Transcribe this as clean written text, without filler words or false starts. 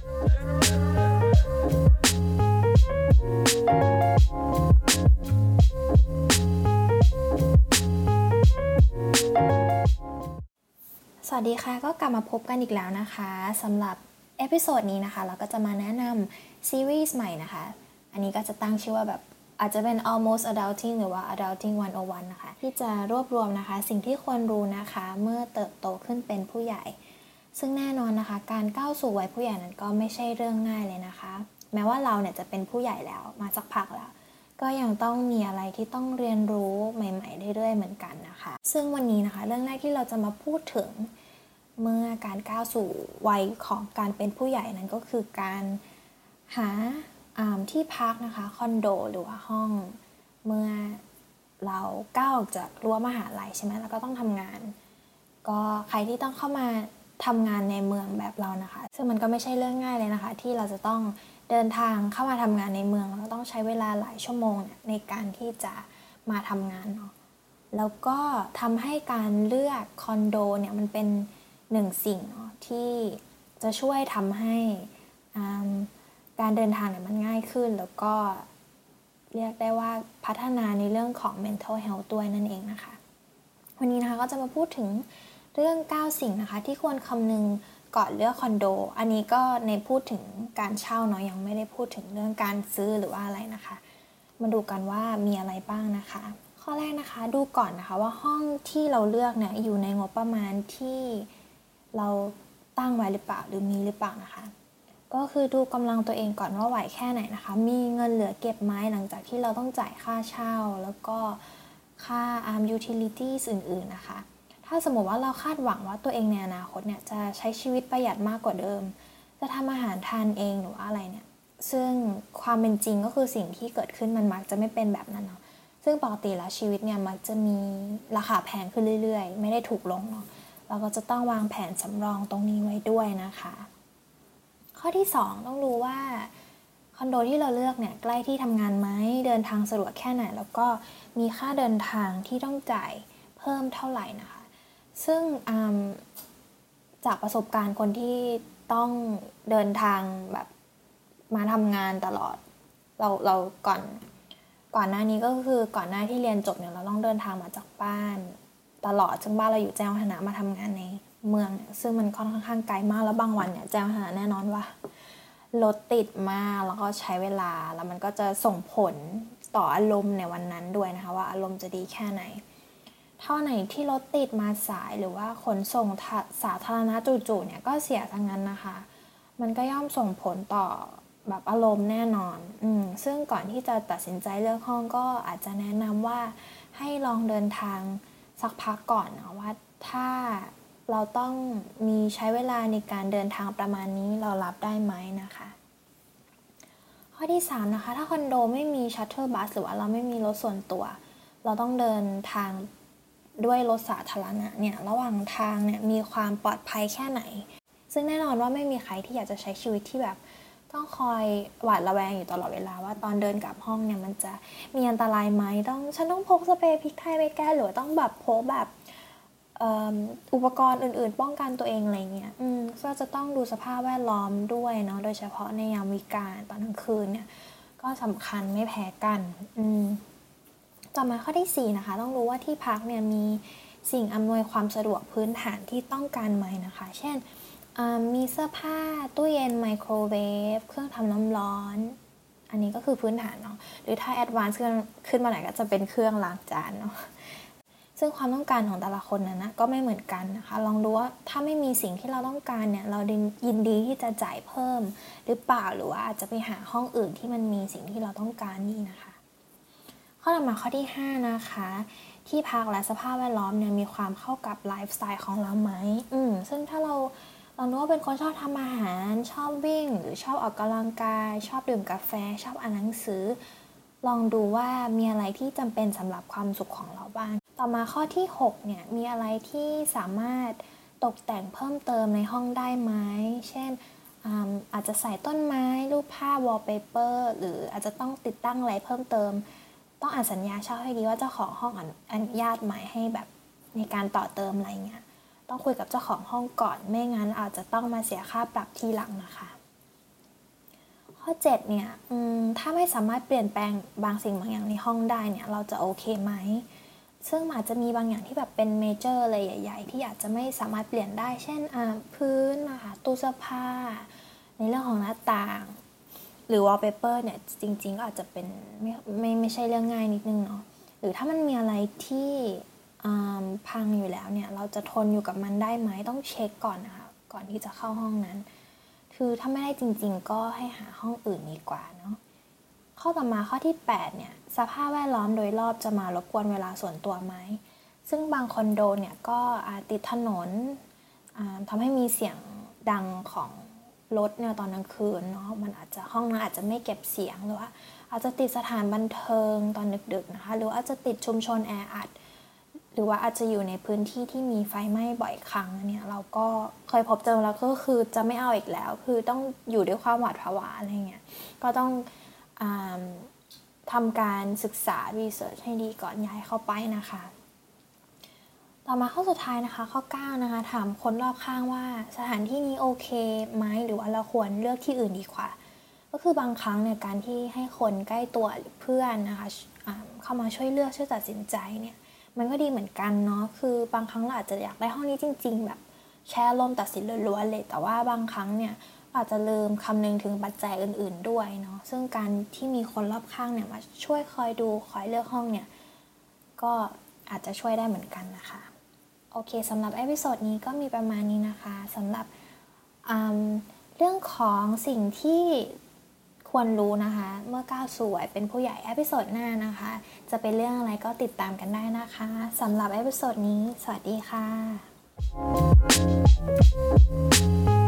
สวัสดีค่ะก็กลับมาพบกันอีกแล้วนะคะสำหรับเอพิโซดนี้นะคะเราก็จะมาแนะนำซีรีส์ใหม่นะคะอันนี้ก็จะตั้งชื่อว่าแบบอาจจะเป็น almost adulting หรือว่า adulting 101นะคะที่จะรวบรวมนะคะสิ่งที่ควรรู้นะคะเมื่อเติบโตขึ้นเป็นผู้ใหญ่ซึ่งแน่นอนนะคะการก้าวสู่วัยผู้ใหญ่นั้นก็ไม่ใช่เรื่องง่ายเลยนะคะแม้ว่าเราเนี่ยจะเป็นผู้ใหญ่แล้วมาสักพักแล้วก็ยังต้องมีอะไรที่ต้องเรียนรู้ใหม่ๆเรื่อยๆเหมือนกันนะคะซึ่งวันนี้นะคะเรื่องแรกที่เราจะมาพูดถึงเมื่อการก้าวสู่วัยของการเป็นผู้ใหญ่นั้นก็คือการหาที่พักนะคะคอนโดหรือว่าห้องเมื่อเราก้าวออกจากรั้วมหาลัยใช่ไหมแล้วก็ต้องทำงานก็ใครที่ต้องเข้ามาทำงานในเมืองแบบเรานะคะซึ่งมันก็ไม่ใช่เรื่องง่ายเลยนะคะที่เราจะต้องเดินทางเข้ามาทำงานในเมืองแล้วก็ต้องใช้เวลาหลายชั่วโมงในการที่จะมาทำงานเนาะแล้วก็ทำให้การเลือกคอนโดเนี่ยมันเป็นหนึ่งสิ่งเนาะที่จะช่วยทำให้การเดินทางเนี่ยมันง่ายขึ้นแล้วก็เรียกได้ว่าพัฒนาในเรื่องของ mental health ด้วยนั่นเองนะคะวันนี้นะคะก็จะมาพูดถึงเรื่อง9สิ่งนะคะที่ควรคำนึงก่อนเลือกคอนโดอันนี้ก็ในพูดถึงการเช่าเนาะยังไม่ได้พูดถึงเรื่องการซื้อหรือว่าอะไรนะคะมาดูกันว่ามีอะไรบ้างนะคะข้อแรกนะคะดูก่อนนะคะว่าห้องที่เราเลือกเนี่ยอยู่ในงบประมาณที่เราตั้งไว้หรือเปล่าหรือมีหรือเปล่านะคะก็คือดูกำลังตัวเองก่อนว่าไหวแค่ไหนนะคะมีเงินเหลือเก็บไหมหลังจากที่เราต้องจ่ายค่าเช่าแล้วก็ค่าutilities อื่นๆนะคะถ้าสมมติว่าเราคาดหวังว่าตัวเองในอนาคตเนี่ยจะใช้ชีวิตประหยัดมากกว่าเดิมจะทำอาหารทานเองหรือว่าอะไรเนี่ยซึ่งความเป็นจริงก็คือสิ่งที่เกิดขึ้นมันมักจะไม่เป็นแบบนั้นเนาะซึ่งปกติแล้วชีวิตเนี่ยมักจะมีราคาแพงขึ้นเรื่อยๆไม่ได้ถูกลงเนาะเราก็จะต้องวางแผนสำรองตรงนี้ไว้ด้วยนะคะข้อที่2ต้องรู้ว่าคอนโดที่เราเลือกเนี่ยใกล้ที่ทำงานไหมเดินทางสะดวกแค่ไหนแล้วก็มีค่าเดินทางที่ต้องจ่ายเพิ่มเท่าไหร่นะคะซึ่งจากประสบการณ์คนที่ต้องเดินทางแบบมาทำงานตลอดเราก่อนหน้านี้ก็คือก่อนหน้าที่เรียนจบเนี่ยเราต้องเดินทางมาจากบ้านตลอดซึ่งบ้านเราอยู่แจ้งวัฒนะมาทำงานในเมืองซึ่งมันค่อนข้างไกลมากแล้วบางวันเนี่ยแจ้งวัฒนะแน่นอนว่ารถติดมากแล้วก็ใช้เวลาแล้วมันก็จะส่งผลต่ออารมณ์ในวันนั้นด้วยนะคะว่าอารมณ์จะดีแค่ไหนเท่าไหนที่รถติดมาสายหรือว่าขนส่งสาธารณะจู่ๆเนี่ยก็เสียทั้งนั้นนะคะมันก็ย่อมส่งผลต่อแบบอารมณ์แน่นอนซึ่งก่อนที่จะตัดสินใจเลือกห้องก็อาจจะแนะนำว่าให้ลองเดินทางสักพักก่อนนะว่าถ้าเราต้องมีใช้เวลาในการเดินทางประมาณนี้เรารับได้ไหมนะคะข้อที่3นะคะถ้าคอนโดไม่มีชัตเตอร์บัสหรือว่าเราไม่มีรถส่วนตัวเราต้องเดินทางด้วยรถสาธารณะเนี่ยระหว่างทางเนี่ยมีความปลอดภัยแค่ไหนซึ่งแน่นอนว่าไม่มีใครที่อยากจะใช้ชีวิตที่แบบต้องคอยหวาดระแวงอยู่ตลอดเวลาว่าตอนเดินกลับห้องเนี่ยมันจะมีอันตรายไหมฉันต้องพกสเปรย์พริกไทยไปแก้หรือต้องแบบพกแบบอุปกรณ์อื่นๆป้องกันตัวเองอะไรเงี้ยก็จะต้องดูสภาพแวดล้อมด้วยเนาะโดยเฉพาะในยามวิกาลตอนกลางคืนเนี่ยก็สำคัญไม่แพ้กันต่อมาข้อที่4นะคะต้องรู้ว่าที่พักเนี่ยมีสิ่งอำนวยความสะดวกพื้นฐานที่ต้องการไหมนะคะเช่นมีเสื้อผ้าตู้เย็นไมโครเวฟเครื่องทำน้ำร้อนอันนี้ก็คือพื้นฐานเนาะหรือถ้าแอดวานซ์ขึ้นมาหน่อยก็จะเป็นเครื่องล้างจานเนาะซึ่งความต้องการของแต่ละคนนะก็ไม่เหมือนกันนะคะลองดูว่าถ้าไม่มีสิ่งที่เราต้องการเนี่ยเรายินดีที่จะจ่ายเพิ่มหรือเปล่าหรือว่าอาจจะไปหาห้องอื่นที่มันมีสิ่งที่เราต้องการนี่นะคะข้อต่อมาข้อที่5นะคะที่พักและสภาพแวดล้อมเนี่ยมีความเข้ากับไลฟ์สไตล์ของเราไหมซึ่งถ้าเรารู้ว่าเป็นคนชอบทำอาหารชอบวิ่งหรือชอบออกกำลังกายชอบดื่มกาแฟชอบอ่านหนังสือลองดูว่ามีอะไรที่จำเป็นสำหรับความสุขของเราบ้างต่อมาข้อที่6เนี่ยมีอะไรที่สามารถตกแต่งเพิ่มเติมในห้องได้ไหมเช่นอาจจะใส่ต้นไม้รูปภาพวอลเปเปอร์หรืออาจจะต้องติดตั้งอะไรเพิ่มเติมต้องอ่านสัญญาเช่าให้ดีว่าเจ้าของห้องอนุญาตไหมให้แบบในการต่อเติมอะไรเงี้ยต้องคุยกับเจ้าของห้องก่อนไม่งั้นอาจจะต้องมาเสียค่าปรับทีหลังนะคะข้อ7เนี่ยถ้าไม่สามารถเปลี่ยนแปลงบางสิ่งบางอย่างในห้องได้เนี่ยเราจะโอเคไหมซึ่งอาจจะมีบางอย่างที่แบบเป็นเมเจอร์เลยใหญ่ๆที่อาจจะไม่สามารถเปลี่ยนได้เช่นพื้นนะคะตู้เสื้อผ้าในเรื่องของหน้าต่างหรือ wallpaper เนี่ยจริงๆก็อาจจะเป็นไม่ใช่เรื่องง่ายนิดนึงเนาะหรือถ้ามันมีอะไรที่พังอยู่แล้วเนี่ยเราจะทนอยู่กับมันได้ไหมต้องเช็คก่อนนะคะก่อนที่จะเข้าห้องนั้นคือถ้าไม่ได้จริงๆก็ให้หาห้องอื่นดีกว่าเนาะข้อต่อมาข้อที่8เนี่ยสภาพแวดล้อมโดยรอบจะมารบกวนเวลาส่วนตัวไหมซึ่งบางคอนโดเนี่ยก็ติดถนนทำให้มีเสียงดังของรถเนี่ยตอนกลางคืนเนาะมันอาจจะห้องนั้นอาจจะไม่เก็บเสียงหรือว่าอาจจะติดสถานบันเทิงตอนดึกๆนะคะหรืออาจจะติดชุมชนแออัดหรือว่าอาจจะอยู่ในพื้นที่ที่มีไฟไหม้บ่อยครั้งเนี่ยเราก็เคยพบเจอแล้วก็คือจะไม่เอาอีกแล้วคือต้องอยู่ด้วยความหวาดผวาอะไรเงี้ยก็ต้องทำการศึกษา research ให้ดีก่อนย้ายเข้าไปนะคะต่อมาข้อสุดท้ายนะคะข้อ9นะคะถามคนรอบข้างว่าสถานที่นี้โอเคไหมหรือว่าเราควรเลือกที่อื่นดีกว่าก็คือบางครั้งเนี่ยการที่ให้คนใกล้ตัวหรือเพื่อนนะคะเข้ามาช่วยเลือกช่วยตัดสินใจเนี่ยมันก็ดีเหมือนกันเนาะคือบางครั้งเราอาจจะอยากได้ห้องนี้จริงๆแบบแช่ลมตัดสินล้วนๆเลยแต่ว่าบางครั้งเนี่ยอาจจะลืมคำนึงถึงปัจจัยอื่นๆด้วยเนาะซึ่งการที่มีคนรอบข้างเนี่ยมาช่วยคอยดูคอยเลือกห้องเนี่ยก็อาจจะช่วยได้เหมือนกันนะคะโอเคสำหรับเอพิโซดนี้ก็มีประมาณนี้นะคะสำหรับเรื่องของสิ่งที่ควรรู้นะคะเมื่อก้าวสู่วัยเป็นผู้ใหญ่เอพิโซดหน้านะคะจะเป็นเรื่องอะไรก็ติดตามกันได้นะคะสำหรับเอพิโซดนี้สวัสดีค่ะ